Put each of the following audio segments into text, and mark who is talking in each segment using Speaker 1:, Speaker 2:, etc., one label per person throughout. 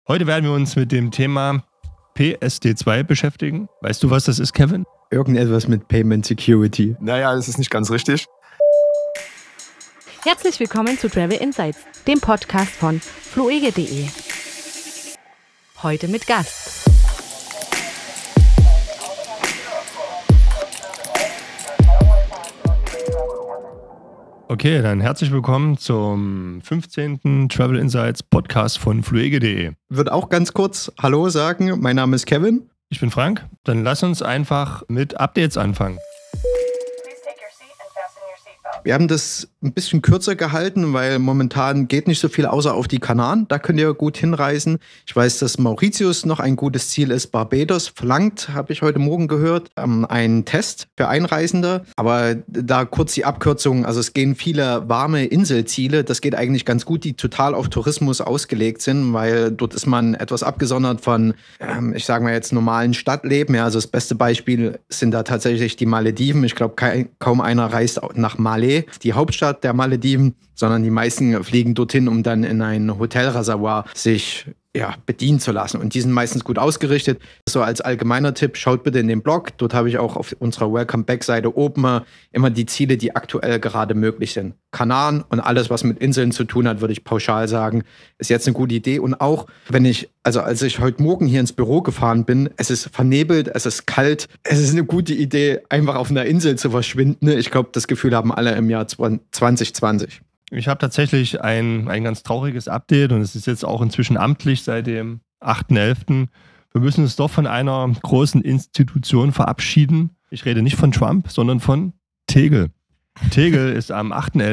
Speaker 1: Heute werden wir uns mit dem Thema PSD2 beschäftigen. Weißt du, was das ist, Kevin?
Speaker 2: Irgendetwas mit Payment Security.
Speaker 3: Naja, das ist nicht ganz richtig.
Speaker 4: Herzlich willkommen zu Travel Insights, dem Podcast von fluege.de. Heute mit Gast.
Speaker 1: Okay, dann herzlich willkommen zum 15. Travel Insights Podcast von fluege.de.
Speaker 2: Würde auch ganz kurz Hallo sagen. Mein Name ist Kevin.
Speaker 1: Ich bin Frank. Dann lass uns einfach mit Updates anfangen.
Speaker 2: Wir haben das ein bisschen kürzer gehalten, weil momentan geht nicht so viel außer auf die Kanaren. Da könnt ihr gut hinreisen. Ich weiß, dass Mauritius noch ein gutes Ziel ist. Barbados verlangt, habe ich heute Morgen gehört, einen Test für Einreisende. Aber da kurz die Abkürzung. Also es gehen viele warme Inselziele. Das geht eigentlich ganz gut, die total auf Tourismus ausgelegt sind, weil dort ist man etwas abgesondert von, ich sage mal jetzt, normalen Stadtleben. Ja, also das beste Beispiel sind da tatsächlich die Malediven. Ich glaube, kaum einer reist nach Malé, die Hauptstadt der Malediven, sondern die meisten fliegen dorthin, um dann in ein Hotelreservoir sich bedienen zu lassen. Und die sind meistens gut ausgerichtet. So als allgemeiner Tipp, schaut bitte in den Blog. Dort habe ich auch auf unserer Welcome-Back-Seite oben immer die Ziele, die aktuell gerade möglich sind. Kanaren und alles, was mit Inseln zu tun hat, würde ich pauschal sagen, ist jetzt eine gute Idee. Und auch, als ich heute Morgen hier ins Büro gefahren bin, es ist vernebelt, es ist kalt. Es ist eine gute Idee, einfach auf einer Insel zu verschwinden. Ich glaube, das Gefühl haben alle im Jahr 2020.
Speaker 1: Ich habe tatsächlich ein ganz trauriges Update und es ist jetzt auch inzwischen amtlich seit dem 8.11. Wir müssen uns doch von einer großen Institution verabschieden. Ich rede nicht von Trump, sondern von Tegel. Tegel ist am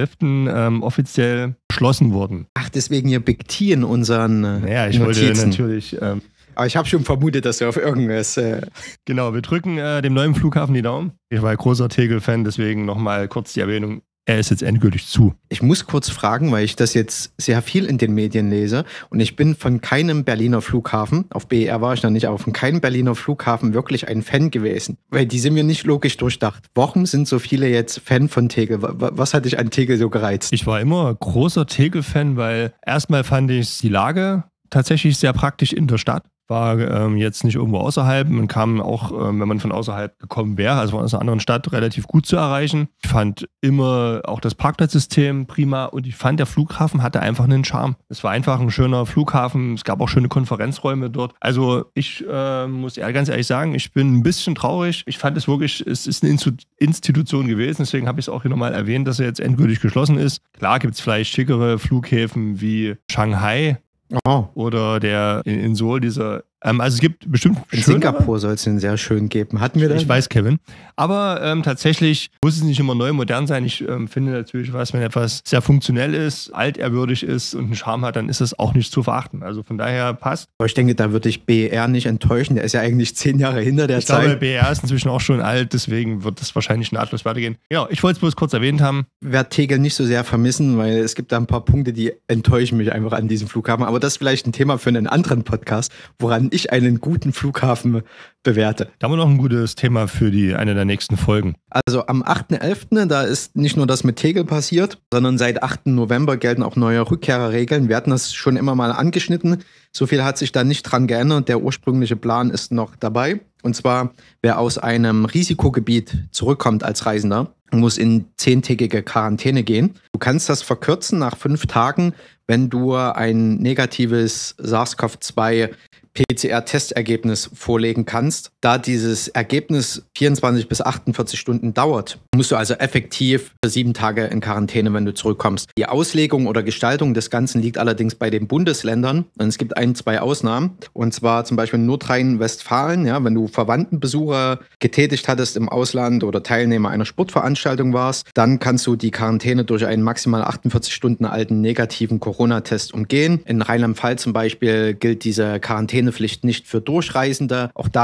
Speaker 1: 8.11. Offiziell geschlossen worden.
Speaker 2: Ach, deswegen ihr Big T in unseren
Speaker 1: ich
Speaker 2: Notizen.
Speaker 1: wollte natürlich...
Speaker 2: Aber ich habe schon vermutet, dass du auf irgendwas...
Speaker 1: Genau, wir drücken dem neuen Flughafen die Daumen. Ich war ein großer Tegel-Fan, deswegen nochmal kurz die Erwähnung. Er ist jetzt endgültig zu.
Speaker 2: Ich muss kurz fragen, weil ich das jetzt sehr viel in den Medien lese und ich bin von keinem Berliner Flughafen, auf BER war ich noch nicht, aber von keinem Berliner Flughafen wirklich ein Fan gewesen. Weil die sind mir nicht logisch durchdacht. Warum sind so viele jetzt Fan von Tegel? Was hat dich an Tegel so gereizt?
Speaker 1: Ich war immer großer Tegel-Fan, weil erstmal fand ich die Lage tatsächlich sehr praktisch in der Stadt. War jetzt nicht irgendwo außerhalb. Man kam auch, wenn man von außerhalb gekommen wäre, also von einer anderen Stadt, relativ gut zu erreichen. Ich fand immer auch das Parkplatzsystem prima und ich fand, der Flughafen hatte einfach einen Charme. Es war einfach ein schöner Flughafen. Es gab auch schöne Konferenzräume dort. Also ich muss ganz ehrlich sagen, ich bin ein bisschen traurig. Ich fand es wirklich, es ist eine Institution gewesen. Deswegen habe ich es auch hier nochmal erwähnt, dass er jetzt endgültig geschlossen ist. Klar gibt es vielleicht schickere Flughäfen wie Shanghai.
Speaker 2: Oh.
Speaker 1: Oder der in Seoul, dieser. Also es gibt bestimmt.
Speaker 2: In Singapur soll es den sehr schön geben. Hatten wir das?
Speaker 1: Ich weiß, Kevin. Aber tatsächlich muss es nicht immer neu modern sein. Ich finde natürlich, wenn etwas sehr funktionell ist, altehrwürdig ist und einen Charme hat, dann ist es auch nicht zu verachten. Also von daher passt.
Speaker 2: Aber ich denke, da würde ich BER nicht enttäuschen. Der ist ja eigentlich 10 Jahre hinter der Zeit.
Speaker 1: Ich glaube, BER ist inzwischen auch schon alt, deswegen wird das wahrscheinlich nahtlos weitergehen. Ja, ich wollte es bloß kurz erwähnt haben.
Speaker 2: Ich werde Tegel nicht so sehr vermissen, weil es gibt da ein paar Punkte, die enttäuschen mich einfach an diesem Flughafen. Aber das ist vielleicht ein Thema für einen anderen Podcast, woran ich einen guten Flughafen bewerte.
Speaker 1: Da haben wir noch ein gutes Thema für eine der nächsten Folgen.
Speaker 2: Also am 8.11., da ist nicht nur das mit Tegel passiert, sondern seit 8. November gelten auch neue Rückkehrerregeln. Wir hatten das schon immer mal angeschnitten. So viel hat sich da nicht dran geändert. Der ursprüngliche Plan ist noch dabei. Und zwar, wer aus einem Risikogebiet zurückkommt als Reisender, muss in 10-tägige Quarantäne gehen. Du kannst das verkürzen nach 5 Tagen, wenn du ein negatives SARS-CoV-2 PCR-Testergebnis vorlegen kannst. Da dieses Ergebnis 24 bis 48 Stunden dauert, musst du also effektiv 7 Tage in Quarantäne, wenn du zurückkommst. Die Auslegung oder Gestaltung des Ganzen liegt allerdings bei den Bundesländern. Und es gibt 2 Ausnahmen. Und zwar zum Beispiel Nordrhein-Westfalen. Ja, wenn du Verwandtenbesuche getätigt hattest im Ausland oder Teilnehmer einer Sportveranstaltung warst, dann kannst du die Quarantäne durch einen maximal 48 Stunden alten negativen Corona-Test umgehen. In Rheinland-Pfalz zum Beispiel gilt diese Quarantänepflicht nicht für Durchreisende. Auch da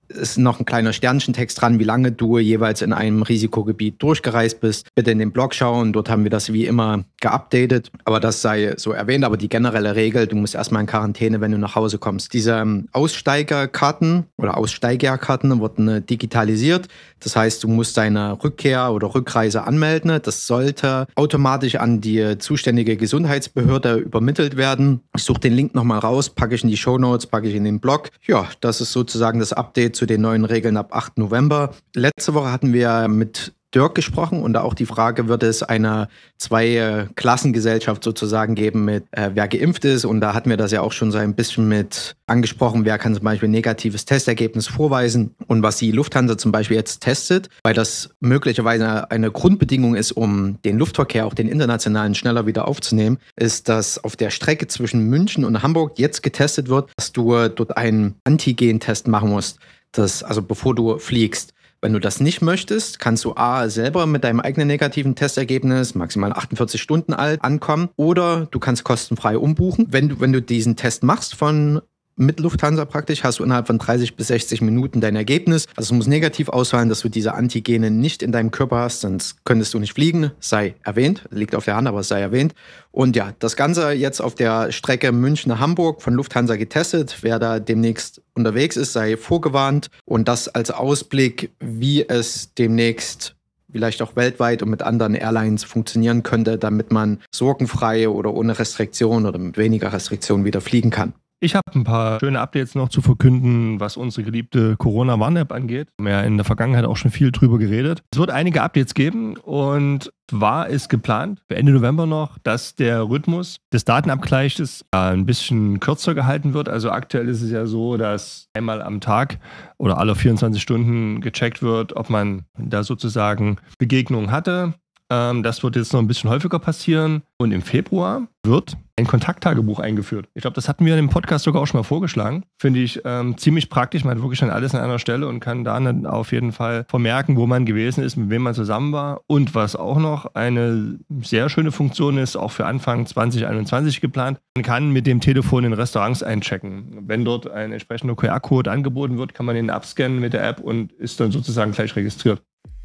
Speaker 2: ist noch ein kleiner Sternchentext dran, wie lange du jeweils in einem Risikogebiet durchgereist bist. Bitte in den Blog schauen, dort haben wir das wie immer geupdatet. Aber das sei so erwähnt, aber die generelle Regel, du musst erstmal in Quarantäne, wenn du nach Hause kommst. Diese Aussteigerkarten oder Aussteigerkarten wurden digitalisiert. Das heißt, du musst deine Rückkehr oder Rückreise anmelden. Das sollte automatisch an die zuständige Gesundheitsbehörde übermittelt werden. Ich suche den Link nochmal raus, packe ich in die Shownotes, packe ich in den Blog. Ja, das ist sozusagen das Update zu den neuen Regeln ab 8. November. Letzte Woche hatten wir mit Dirk gesprochen und da auch die Frage, wird es eine Zwei-Klassengesellschaft sozusagen geben mit wer geimpft ist, und da hatten wir das ja auch schon so ein bisschen mit angesprochen, wer kann zum Beispiel ein negatives Testergebnis vorweisen und was die Lufthansa zum Beispiel jetzt testet, weil das möglicherweise eine Grundbedingung ist, um den Luftverkehr, auch den internationalen, schneller wieder aufzunehmen, ist, dass auf der Strecke zwischen München und Hamburg jetzt getestet wird, dass du dort einen Antigen-Test machen musst, also bevor du fliegst. Wenn du das nicht möchtest, kannst du selber mit deinem eigenen negativen Testergebnis, maximal 48 Stunden alt, ankommen, oder du kannst kostenfrei umbuchen. Wenn du diesen Test machst mit Lufthansa praktisch, hast du innerhalb von 30 bis 60 Minuten dein Ergebnis. Also es muss negativ ausfallen, dass du diese Antigene nicht in deinem Körper hast, sonst könntest du nicht fliegen. Sei erwähnt, liegt auf der Hand, aber es sei erwähnt. Und ja, das Ganze jetzt auf der Strecke München-Hamburg von Lufthansa getestet. Wer da demnächst unterwegs ist, sei vorgewarnt. Und das als Ausblick, wie es demnächst vielleicht auch weltweit und mit anderen Airlines funktionieren könnte, damit man sorgenfrei oder ohne Restriktion oder mit weniger Restriktion wieder fliegen kann.
Speaker 1: Ich habe ein paar schöne Updates noch zu verkünden, was unsere geliebte Corona-Warn-App angeht. Wir haben ja in der Vergangenheit auch schon viel drüber geredet. Es wird einige Updates geben und war es geplant, für Ende November noch, dass der Rhythmus des Datenabgleiches ein bisschen kürzer gehalten wird. Also aktuell ist es ja so, dass einmal am Tag oder alle 24 Stunden gecheckt wird, ob man da sozusagen Begegnungen hatte. Das wird jetzt noch ein bisschen häufiger passieren. Und im Februar wird ein Kontakttagebuch eingeführt. Ich glaube, das hatten wir in dem Podcast sogar auch schon mal vorgeschlagen. Finde ich ziemlich praktisch. Man hat wirklich dann alles an einer Stelle und kann da dann auf jeden Fall vermerken, wo man gewesen ist, mit wem man zusammen war. Und was auch noch eine sehr schöne Funktion ist, auch für Anfang 2021 geplant, man kann mit dem Telefon in Restaurants einchecken. Wenn dort ein entsprechender QR-Code angeboten wird, kann man den abscannen mit der App und ist dann sozusagen gleich registriert.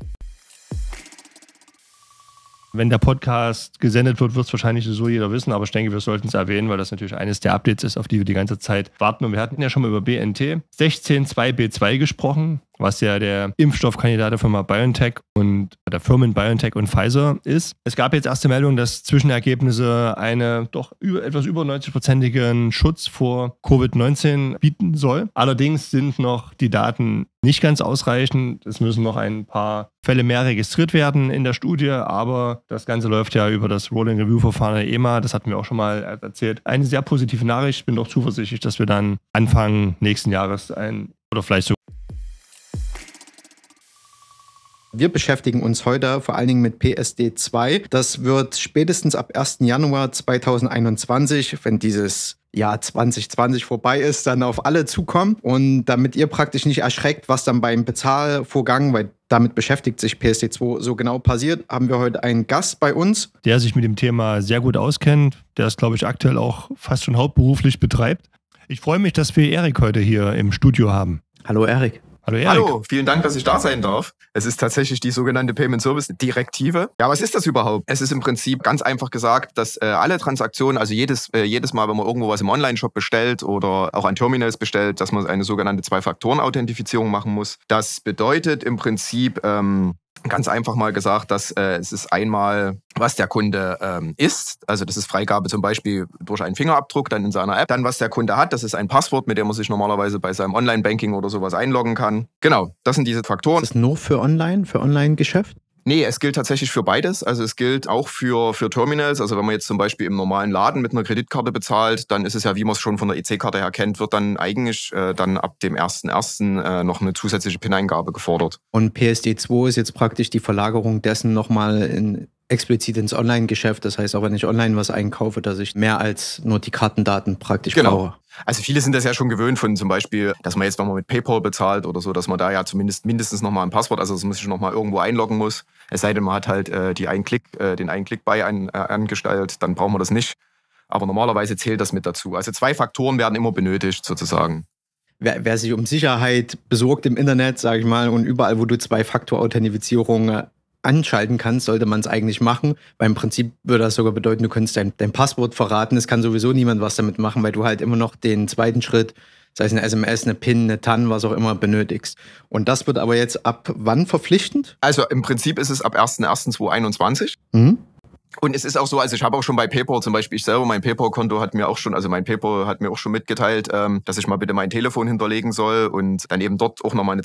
Speaker 1: Wenn der Podcast gesendet wird, wird es wahrscheinlich so jeder wissen, aber ich denke, wir sollten es erwähnen, weil das natürlich eines der Updates ist, auf die wir die ganze Zeit warten. Und wir hatten ja schon mal über BNT 162b2 gesprochen, was ja der Impfstoffkandidat der Firma BioNTech und der Firmen BioNTech und Pfizer ist. Es gab jetzt erste Meldungen, dass Zwischenergebnisse eine doch etwas über 90%igen Schutz vor Covid-19 bieten soll. Allerdings sind noch die Daten nicht ganz ausreichend. Es müssen noch ein paar Fälle mehr registriert werden in der Studie, aber das Ganze läuft ja über das Rolling Review-Verfahren der EMA. Das hatten wir auch schon mal erzählt. Eine sehr positive Nachricht. Ich bin doch zuversichtlich, dass wir dann Anfang nächsten Jahres oder vielleicht so.
Speaker 2: Wir beschäftigen uns heute vor allen Dingen mit PSD2. Das wird spätestens ab 1. Januar 2021, wenn dieses Jahr 2020 vorbei ist, dann auf alle zukommen. Und damit ihr praktisch nicht erschreckt, was dann beim Bezahlvorgang, weil damit beschäftigt sich PSD2 so genau passiert, haben wir heute einen Gast bei uns,
Speaker 1: der sich mit dem Thema sehr gut auskennt, der es, glaube ich, aktuell auch fast schon hauptberuflich betreibt. Ich freue mich, dass wir Erik heute hier im Studio haben.
Speaker 2: Hallo Erik.
Speaker 1: Hallo Erik.
Speaker 3: Hallo, vielen Dank, dass ich da sein darf. Es ist tatsächlich die sogenannte Payment Service Direktive. Ja, was ist das überhaupt? Es ist im Prinzip ganz einfach gesagt, dass alle Transaktionen, also jedes Mal, wenn man irgendwo was im Online-Shop bestellt oder auch an Terminals bestellt, dass man eine sogenannte Zwei-Faktoren-Authentifizierung machen muss. Das bedeutet im Prinzip, ganz einfach mal gesagt, dass es ist einmal, was der Kunde ist. Also das ist Freigabe zum Beispiel durch einen Fingerabdruck dann in seiner App. Dann, was der Kunde hat, das ist ein Passwort, mit dem man sich normalerweise bei seinem Online-Banking oder sowas einloggen kann. Genau, das sind diese Faktoren.
Speaker 2: Ist das nur für Online-Geschäft?
Speaker 3: Nee, es gilt tatsächlich für beides. Also es gilt auch für Terminals. Also wenn man jetzt zum Beispiel im normalen Laden mit einer Kreditkarte bezahlt, dann ist es ja, wie man es schon von der EC-Karte her kennt, wird dann eigentlich dann ab dem 1.1. Noch eine zusätzliche PIN-Eingabe gefordert.
Speaker 2: Und PSD2 ist jetzt praktisch die Verlagerung dessen nochmal explizit ins Online-Geschäft. Das heißt, auch wenn ich online was einkaufe, dass ich mehr als nur die Kartendaten praktisch brauche.
Speaker 3: Also viele sind das ja schon gewöhnt von zum Beispiel, dass man jetzt, wenn man mit PayPal bezahlt oder so, dass man da ja zumindest mindestens nochmal ein Passwort, also dass man sich nochmal irgendwo einloggen muss. Es sei denn, man hat halt den Ein-Klick-Buy angestellt, dann brauchen wir das nicht. Aber normalerweise zählt das mit dazu. Also 2 Faktoren werden immer benötigt sozusagen.
Speaker 2: wer sich um Sicherheit besorgt im Internet, sage ich mal, und überall, wo du Zwei-Faktor-Authentifizierung anschalten kannst, sollte man es eigentlich machen. Weil im Prinzip würde das sogar bedeuten, du könntest dein Passwort verraten. Es kann sowieso niemand was damit machen, weil du halt immer noch den zweiten Schritt, sei es eine SMS, eine PIN, eine TAN, was auch immer, benötigst. Und das wird aber jetzt ab wann verpflichtend?
Speaker 3: Also im Prinzip ist es ab 1.1.2021. Und es ist auch so, also ich habe auch schon bei PayPal zum Beispiel, ich selber, mein PayPal-Konto hat mir auch schon, also mein PayPal hat mir auch schon mitgeteilt, dass ich mal bitte mein Telefon hinterlegen soll und dann eben dort auch nochmal eine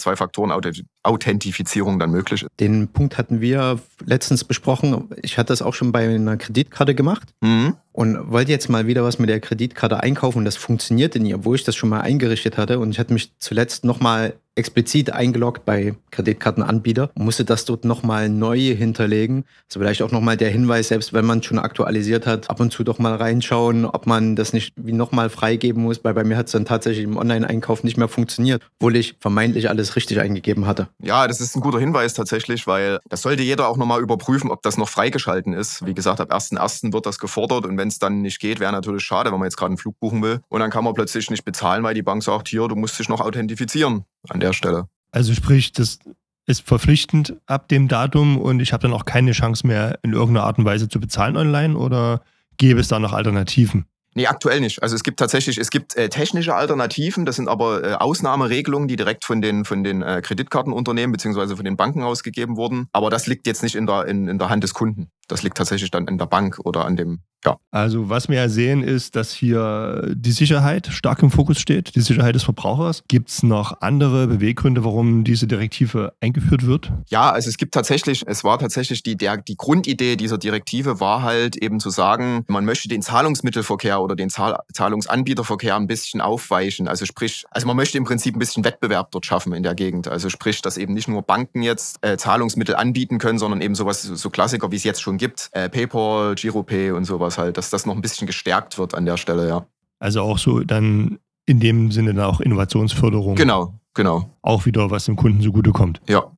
Speaker 3: Zwei-Faktoren-Authentifizierung dann möglich ist.
Speaker 2: Den Punkt hatten wir letztens besprochen. Ich hatte das auch schon bei einer Kreditkarte gemacht. Und wollte jetzt mal wieder was mit der Kreditkarte einkaufen und das funktionierte nie, obwohl ich das schon mal eingerichtet hatte. Und ich hatte mich zuletzt nochmal explizit eingeloggt bei Kreditkartenanbieter und musste das dort nochmal neu hinterlegen. Also vielleicht auch nochmal der Hinweis, selbst wenn man schon aktualisiert hat, ab und zu doch mal reinschauen, ob man das nicht wie nochmal freigeben muss, weil bei mir hat es dann tatsächlich im Online-Einkauf nicht mehr funktioniert, obwohl ich vermeintlich alles richtig eingegeben hatte.
Speaker 3: Ja, das ist ein guter Hinweis tatsächlich, weil das sollte jeder auch nochmal überprüfen, ob das noch freigeschalten ist. Wie gesagt, ab 1.1. wird das gefordert und wenn es dann nicht geht, wäre natürlich schade, wenn man jetzt gerade einen Flug buchen will und dann kann man plötzlich nicht bezahlen, weil die Bank sagt, hier, du musst dich noch authentifizieren an der Stelle.
Speaker 1: Also sprich, das ist verpflichtend ab dem Datum und ich habe dann auch keine Chance mehr in irgendeiner Art und Weise zu bezahlen online oder gäbe es da noch Alternativen?
Speaker 3: Nee, aktuell nicht. Also es gibt technische Alternativen, das sind aber Ausnahmeregelungen, die direkt von den Kreditkartenunternehmen bzw. von den Banken ausgegeben wurden. Aber das liegt jetzt nicht in der Hand des Kunden. Das liegt tatsächlich dann in der Bank oder an dem, ja.
Speaker 1: Also was wir ja sehen ist, dass hier die Sicherheit stark im Fokus steht, die Sicherheit des Verbrauchers. Gibt es noch andere Beweggründe, warum diese Direktive eingeführt wird?
Speaker 3: Ja, also es war tatsächlich die Grundidee dieser Direktive war halt eben zu sagen, man möchte den Zahlungsmittelverkehr oder den Zahlungsanbieterverkehr ein bisschen aufweichen. Also man möchte im Prinzip ein bisschen Wettbewerb dort schaffen in der Gegend. Also sprich, dass eben nicht nur Banken jetzt Zahlungsmittel anbieten können, sondern eben sowas, so Klassiker, wie es jetzt schon gibt, PayPal, Giropay und sowas halt, dass das noch ein bisschen gestärkt wird an der Stelle, ja.
Speaker 1: Also auch so dann in dem Sinne dann auch Innovationsförderung.
Speaker 3: Genau.
Speaker 1: Auch wieder, was dem Kunden zugutekommt.
Speaker 3: Ja.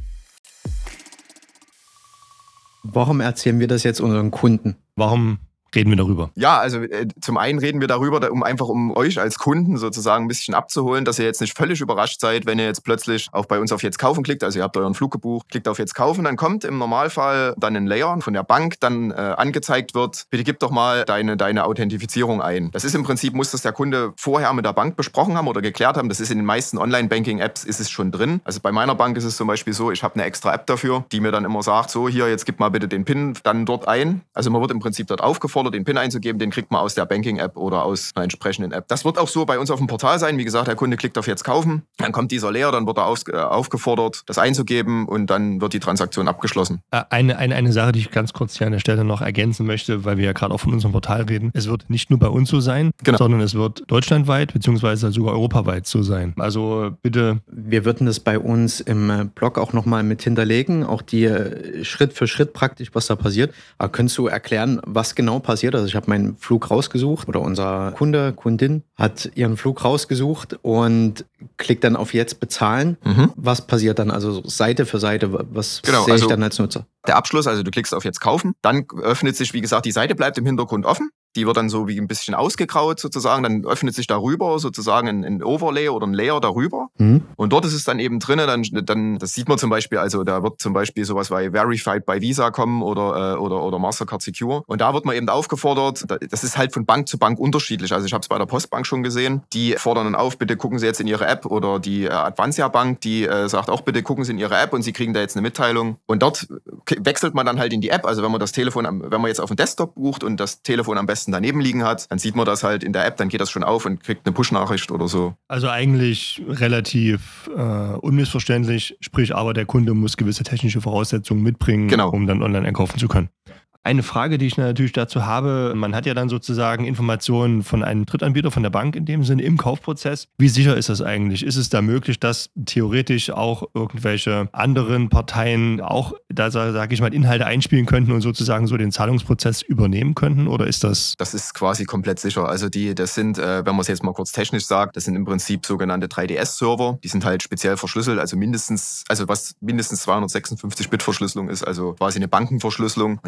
Speaker 2: Warum erzählen wir das jetzt unseren Kunden?
Speaker 1: Warum reden wir darüber?
Speaker 3: Ja, also zum einen reden wir darüber, um euch als Kunden sozusagen ein bisschen abzuholen, dass ihr jetzt nicht völlig überrascht seid, wenn ihr jetzt plötzlich bei uns auf Jetzt kaufen klickt, also ihr habt euren Flug gebucht, klickt auf Jetzt kaufen, dann kommt im Normalfall dann ein Layer von der Bank, dann angezeigt wird, bitte gib doch mal deine Authentifizierung ein. Das ist im Prinzip, muss das der Kunde vorher mit der Bank besprochen haben oder geklärt haben, das ist in den meisten Online-Banking-Apps ist es schon drin. Also bei meiner Bank ist es zum Beispiel so, ich habe eine extra App dafür, die mir dann immer sagt, so hier, jetzt gib mal bitte den PIN dann dort ein. Also man wird im Prinzip dort aufgefordert, den PIN einzugeben, den kriegt man aus der Banking-App oder aus einer entsprechenden App. Das wird auch so bei uns auf dem Portal sein. Wie gesagt, der Kunde klickt auf Jetzt kaufen, dann kommt dieser Layer, dann wird er aufgefordert, das einzugeben und dann wird die Transaktion abgeschlossen.
Speaker 1: Eine Sache, die ich ganz kurz hier an der Stelle noch ergänzen möchte, weil wir ja gerade auch von unserem Portal reden. Es wird nicht nur bei uns so sein, sondern es wird deutschlandweit bzw. sogar europaweit so sein. Also bitte.
Speaker 2: Wir würden das bei uns im Blog auch nochmal mit hinterlegen, auch die Schritt für Schritt praktisch, was da passiert. Aber könntest du erklären, was genau passiert? Also ich habe meinen Flug rausgesucht oder unser Kundin hat ihren Flug rausgesucht und klickt dann auf Jetzt bezahlen. Was passiert dann? Also Seite für Seite, was sehe ich dann als Nutzer?
Speaker 3: Der Abschluss, also du klickst auf Jetzt kaufen, dann öffnet sich, wie gesagt, die Seite bleibt im Hintergrund offen. Die wird dann so wie ein bisschen ausgegraut sozusagen, dann öffnet sich darüber sozusagen ein Overlay oder ein Layer darüber. Und dort ist es dann eben drin, dann das sieht man zum Beispiel, also da wird zum Beispiel sowas wie Verified by Visa kommen oder Mastercard Secure. Und da wird man eben aufgefordert, das ist halt von Bank zu Bank unterschiedlich. Also ich habe es bei der Postbank schon gesehen, die fordern dann auf, bitte gucken Sie jetzt in Ihre App, oder die Advansia Bank, die sagt auch, bitte gucken Sie in Ihre App und Sie kriegen da jetzt eine Mitteilung. Und dort wechselt man dann halt in die App, also wenn man wenn man jetzt auf dem Desktop bucht und das Telefon am besten daneben liegen hat, dann sieht man das halt in der App, dann geht das schon auf und kriegt eine Push-Nachricht oder so.
Speaker 1: Also eigentlich relativ unmissverständlich, sprich aber der Kunde muss gewisse technische Voraussetzungen mitbringen, um dann online einkaufen zu können. Eine Frage, die ich natürlich dazu habe, man hat ja dann sozusagen Informationen von einem Drittanbieter, von der Bank in dem Sinne im Kaufprozess. Wie sicher ist das eigentlich? Ist es da möglich, dass theoretisch auch irgendwelche anderen Parteien auch, da sage ich mal, Inhalte einspielen könnten und sozusagen so den Zahlungsprozess übernehmen könnten? Oder ist das?
Speaker 3: Das ist quasi komplett sicher. Also das sind, wenn man es jetzt mal kurz technisch sagt, das sind im Prinzip sogenannte 3DS-Server. Die sind halt speziell verschlüsselt, also was mindestens 256-Bit-Verschlüsselung ist, also quasi eine Bankenverschlüsselung. Und da kommt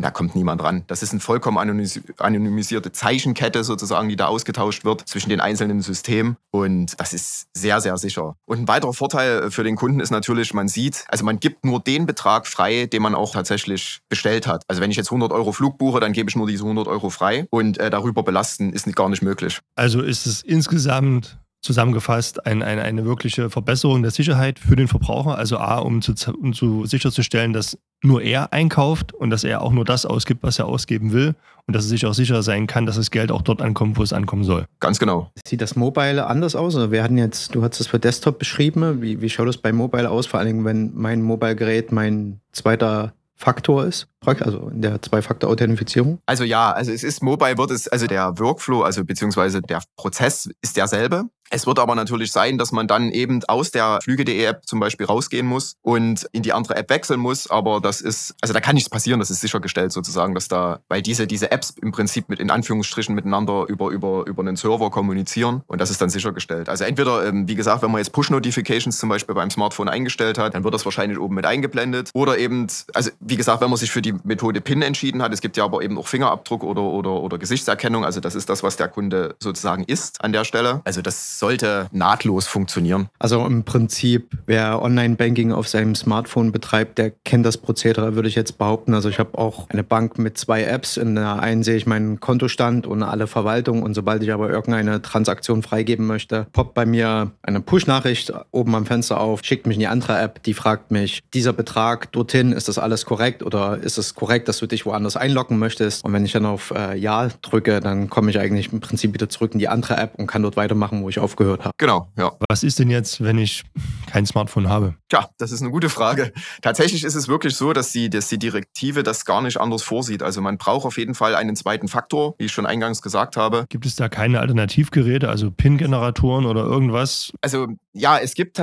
Speaker 3: niemand ran. Das ist eine vollkommen anonymisierte Zeichenkette sozusagen, die da ausgetauscht wird zwischen den einzelnen Systemen. Und das ist sehr, sehr sicher. Und ein weiterer Vorteil für den Kunden ist natürlich, man sieht, also man gibt nur den Betrag frei, den man auch tatsächlich bestellt hat. Also wenn ich jetzt 100 Euro Flug buche, dann gebe ich nur diese 100 Euro frei und darüber belasten ist gar nicht möglich.
Speaker 1: Also ist es insgesamt zusammengefasst eine wirkliche Verbesserung der Sicherheit für den Verbraucher. Also A, um sicherzustellen, dass nur er einkauft und dass er auch nur das ausgibt, was er ausgeben will und dass er sich auch sicher sein kann, dass das Geld auch dort ankommt, wo es ankommen soll.
Speaker 3: Ganz genau.
Speaker 2: Sieht das Mobile anders aus? Also du hast es für Desktop beschrieben. Wie schaut es bei Mobile aus? Vor allem, wenn mein Mobile-Gerät mein zweiter Faktor ist, also in der Zwei-Faktor-Authentifizierung?
Speaker 3: Also es ist mobile, also der Workflow, also beziehungsweise der Prozess ist derselbe. Es wird aber natürlich sein, dass man dann eben aus der Flüge.de App zum Beispiel rausgehen muss und in die andere App wechseln muss. Aber da kann nichts passieren, das ist sichergestellt sozusagen, dass weil diese Apps im Prinzip in Anführungsstrichen miteinander über einen Server kommunizieren und das ist dann sichergestellt. Also entweder, wie gesagt, wenn man jetzt Push-Notifications zum Beispiel beim Smartphone eingestellt hat, dann wird das wahrscheinlich oben mit eingeblendet. Oder eben, also wie gesagt, wenn man sich für die Methode PIN entschieden hat, es gibt ja aber eben auch Fingerabdruck oder Gesichtserkennung, also das ist das, was der Kunde sozusagen ist an der Stelle. Also das sollte nahtlos funktionieren.
Speaker 2: Also im Prinzip, wer Online-Banking auf seinem Smartphone betreibt, der kennt das Prozedere, würde ich jetzt behaupten. Also ich habe auch eine Bank mit 2 Apps. In der einen sehe ich meinen Kontostand und alle Verwaltung und sobald ich aber irgendeine Transaktion freigeben möchte, poppt bei mir eine Push-Nachricht oben am Fenster auf, schickt mich in die andere App, die fragt mich, dieser Betrag dorthin, ist das alles korrekt oder ist es korrekt, dass du dich woanders einloggen möchtest? Und wenn ich dann auf Ja drücke, dann komme ich eigentlich im Prinzip wieder zurück in die andere App und kann dort weitermachen, wo ich aufgehört habe.
Speaker 3: Genau, ja.
Speaker 1: Was ist denn jetzt, wenn ich kein Smartphone habe?
Speaker 3: Tja, das ist eine gute Frage. Tatsächlich ist es wirklich so, dass die Direktive das gar nicht anders vorsieht. Also man braucht auf jeden Fall einen zweiten Faktor, wie ich schon eingangs gesagt habe.
Speaker 1: Gibt es da keine Alternativgeräte, also PIN-Generatoren oder irgendwas?
Speaker 3: Also ja, es gibt,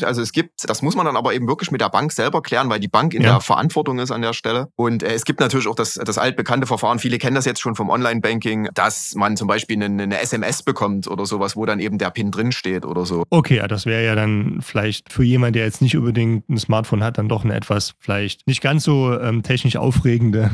Speaker 3: das muss man dann aber eben wirklich mit der Bank selber klären, weil die Bank in der Verantwortung ist an der Stelle. Und es gibt natürlich auch das altbekannte Verfahren, viele kennen das jetzt schon vom Online-Banking, dass man zum Beispiel eine SMS bekommt oder sowas, wo dann eben der PIN drinsteht oder so.
Speaker 1: Okay, ja, das wäre ja dann vielleicht für jemanden, der jetzt nicht unbedingt ein Smartphone hat, dann doch eine etwas vielleicht nicht ganz so technisch aufregende,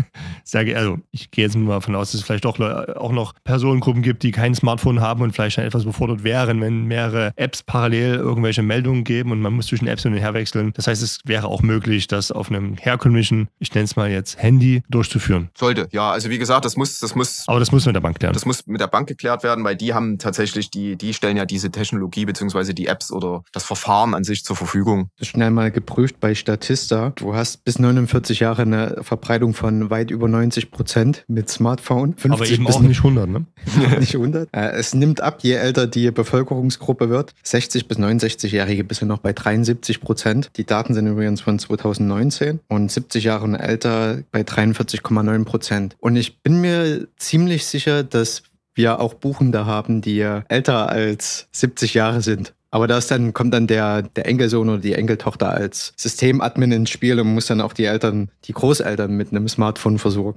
Speaker 1: ich gehe jetzt mal davon aus, dass es vielleicht doch auch noch Personengruppen gibt, die kein Smartphone haben und vielleicht dann etwas befordert wären, wenn mehrere Apps parallel irgendwelche Meldungen geben und man muss zwischen Apps hin und her wechseln. Das heißt, es wäre auch möglich, das auf einem herkömmlichen, ich nenne es mal jetzt Handy, durchzuführen.
Speaker 3: Sollte, ja. Also wie gesagt, das muss.
Speaker 1: Aber das muss mit der Bank klären.
Speaker 3: Das muss mit der Bank geklärt werden, weil die haben tatsächlich, die stellen ja diese Technologie bzw. die Apps oder das Verfahren an sich zur Verfügung.
Speaker 2: Das ist schnell mal geprüft bei Statista. Du hast bis 49 Jahre eine Verbreitung von weit über 90% mit Smartphone.
Speaker 1: Aber eben auch nicht 100, ne?
Speaker 2: Nicht 100. Es nimmt ab, je älter die Bevölkerungsgruppe wird. 60 bis 69-Jährige bisher noch bei 73%. Die Daten sind übrigens von 2019 und 70 Jahre und älter bei 43,9%. Und ich bin mir ziemlich sicher, dass wir auch Buchende haben, die älter als 70 Jahre sind. Aber kommt dann der Enkelsohn oder die Enkeltochter als Systemadmin ins Spiel und muss dann auch die Großeltern mit einem Smartphone versorgen.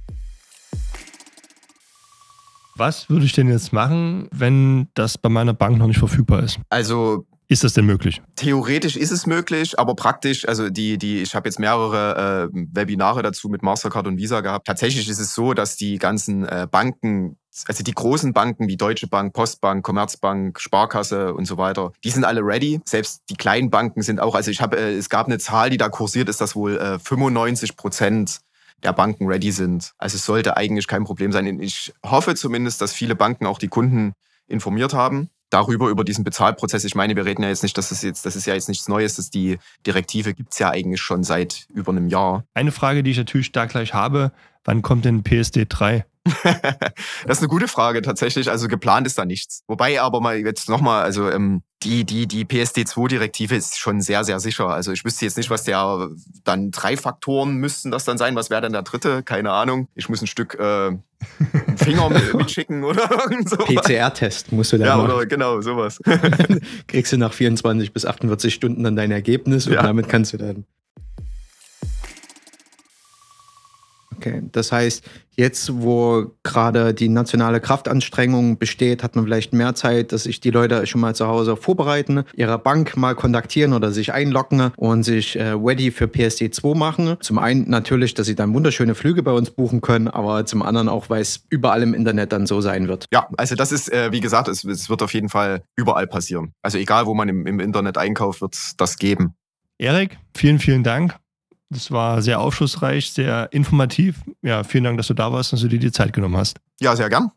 Speaker 1: Was würde ich denn jetzt machen, wenn das bei meiner Bank noch nicht verfügbar ist?
Speaker 3: Also
Speaker 1: ist das denn möglich?
Speaker 3: Theoretisch ist es möglich, aber praktisch, also ich habe jetzt mehrere Webinare dazu mit Mastercard und Visa gehabt. Tatsächlich ist es so, dass die ganzen Banken, also die großen Banken wie Deutsche Bank, Postbank, Commerzbank, Sparkasse und so weiter, die sind alle ready. Selbst die kleinen Banken sind auch, also es gab eine Zahl, die da kursiert, ist, dass wohl 95% der Banken ready sind. Also es sollte eigentlich kein Problem sein. Ich hoffe zumindest, dass viele Banken auch die Kunden informiert haben über diesen Bezahlprozess. Ich meine, wir reden ja jetzt nicht, das ist ja jetzt nichts Neues, die Direktive gibt es ja eigentlich schon seit über einem Jahr.
Speaker 1: Eine Frage, die ich natürlich da gleich habe, wann kommt denn PSD3?
Speaker 3: Das ist eine gute Frage tatsächlich. Also geplant ist da nichts. Wobei aber mal jetzt nochmal, also die PSD2-Direktive ist schon sehr, sehr sicher. Also ich wüsste jetzt nicht, was dann 3 Faktoren müssten das dann sein. Was wäre denn der dritte? Keine Ahnung. Ich muss ein Stück Finger mitschicken oder so.
Speaker 2: PCR-Test musst du da machen.
Speaker 3: Ja, oder genau, sowas.
Speaker 2: Kriegst du nach 24 bis 48 Stunden dann dein Ergebnis und damit kannst du dann... Okay, das heißt, jetzt, wo gerade die nationale Kraftanstrengung besteht, hat man vielleicht mehr Zeit, dass sich die Leute schon mal zu Hause vorbereiten, ihre Bank mal kontaktieren oder sich einloggen und sich ready für PSD2 machen. Zum einen natürlich, dass sie dann wunderschöne Flüge bei uns buchen können, aber zum anderen auch, weil es überall im Internet dann so sein wird.
Speaker 3: Ja, also das ist, wie gesagt, es wird auf jeden Fall überall passieren. Also egal, wo man im Internet einkauft, wird es das geben.
Speaker 1: Erik, vielen, vielen Dank. Das war sehr aufschlussreich, sehr informativ. Ja, vielen Dank, dass du da warst und dass du dir die Zeit genommen hast.
Speaker 3: Ja, sehr gern.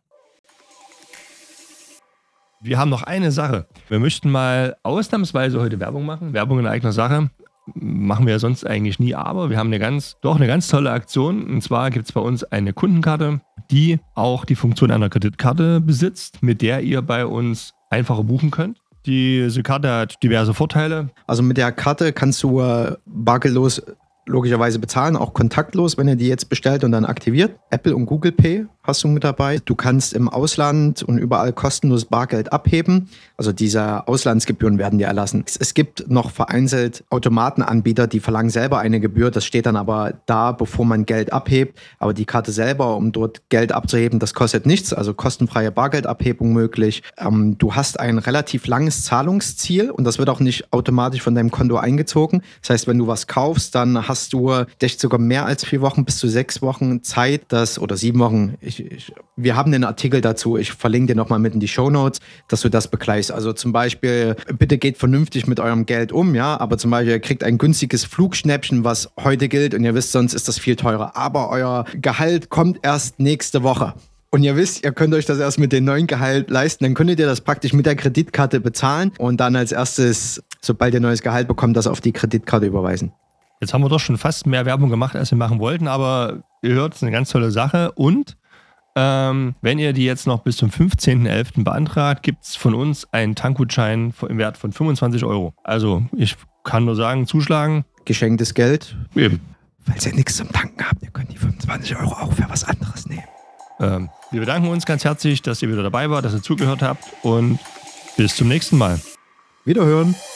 Speaker 1: Wir haben noch eine Sache. Wir möchten mal ausnahmsweise heute Werbung machen. Werbung in eigener Sache. Machen wir ja sonst eigentlich nie, aber wir haben eine ganz tolle Aktion. Und zwar gibt es bei uns eine Kundenkarte, die auch die Funktion einer Kreditkarte besitzt, mit der ihr bei uns einfacher buchen könnt. Diese Karte hat diverse Vorteile.
Speaker 2: Also mit der Karte kannst du bargeldlos logischerweise bezahlen, auch kontaktlos, wenn ihr die jetzt bestellt und dann aktiviert. Apple und Google Pay hast du mit dabei. Du kannst im Ausland und überall kostenlos Bargeld abheben. Also diese Auslandsgebühren werden dir erlassen. Es gibt noch vereinzelt Automatenanbieter, die verlangen selber eine Gebühr. Das steht dann aber da, bevor man Geld abhebt. Aber die Karte selber, um dort Geld abzuheben, das kostet nichts. Also kostenfreie Bargeldabhebung möglich. Du hast ein relativ langes Zahlungsziel und das wird auch nicht automatisch von deinem Konto eingezogen. Das heißt, wenn du was kaufst, dann hast du echt sogar mehr als 4 Wochen bis zu 6 Wochen Zeit, oder 7 Wochen. Wir haben einen Artikel dazu, ich verlinke dir nochmal mit in die Shownotes, dass du das begleichst. Also zum Beispiel, bitte geht vernünftig mit eurem Geld um, ja, aber zum Beispiel, ihr kriegt ein günstiges Flugschnäppchen, was heute gilt und ihr wisst, sonst ist das viel teurer. Aber euer Gehalt kommt erst nächste Woche. Und ihr wisst, ihr könnt euch das erst mit dem neuen Gehalt leisten, dann könntet ihr das praktisch mit der Kreditkarte bezahlen und dann als erstes, sobald ihr neues Gehalt bekommt, das auf die Kreditkarte überweisen.
Speaker 1: Jetzt haben wir doch schon fast mehr Werbung gemacht, als wir machen wollten, aber ihr hört, es ist eine ganz tolle Sache. Und wenn ihr die jetzt noch bis zum 15.11. beantragt, gibt es von uns einen Tankgutschein im Wert von 25 €. Also ich kann nur sagen, zuschlagen.
Speaker 2: Geschenktes Geld.
Speaker 1: Eben.
Speaker 2: Falls ihr nichts zum Tanken habt, ihr könnt die 25 € auch für was anderes nehmen.
Speaker 1: Wir bedanken uns ganz herzlich, dass ihr wieder dabei wart, dass ihr zugehört habt und bis zum nächsten Mal.
Speaker 2: Wiederhören.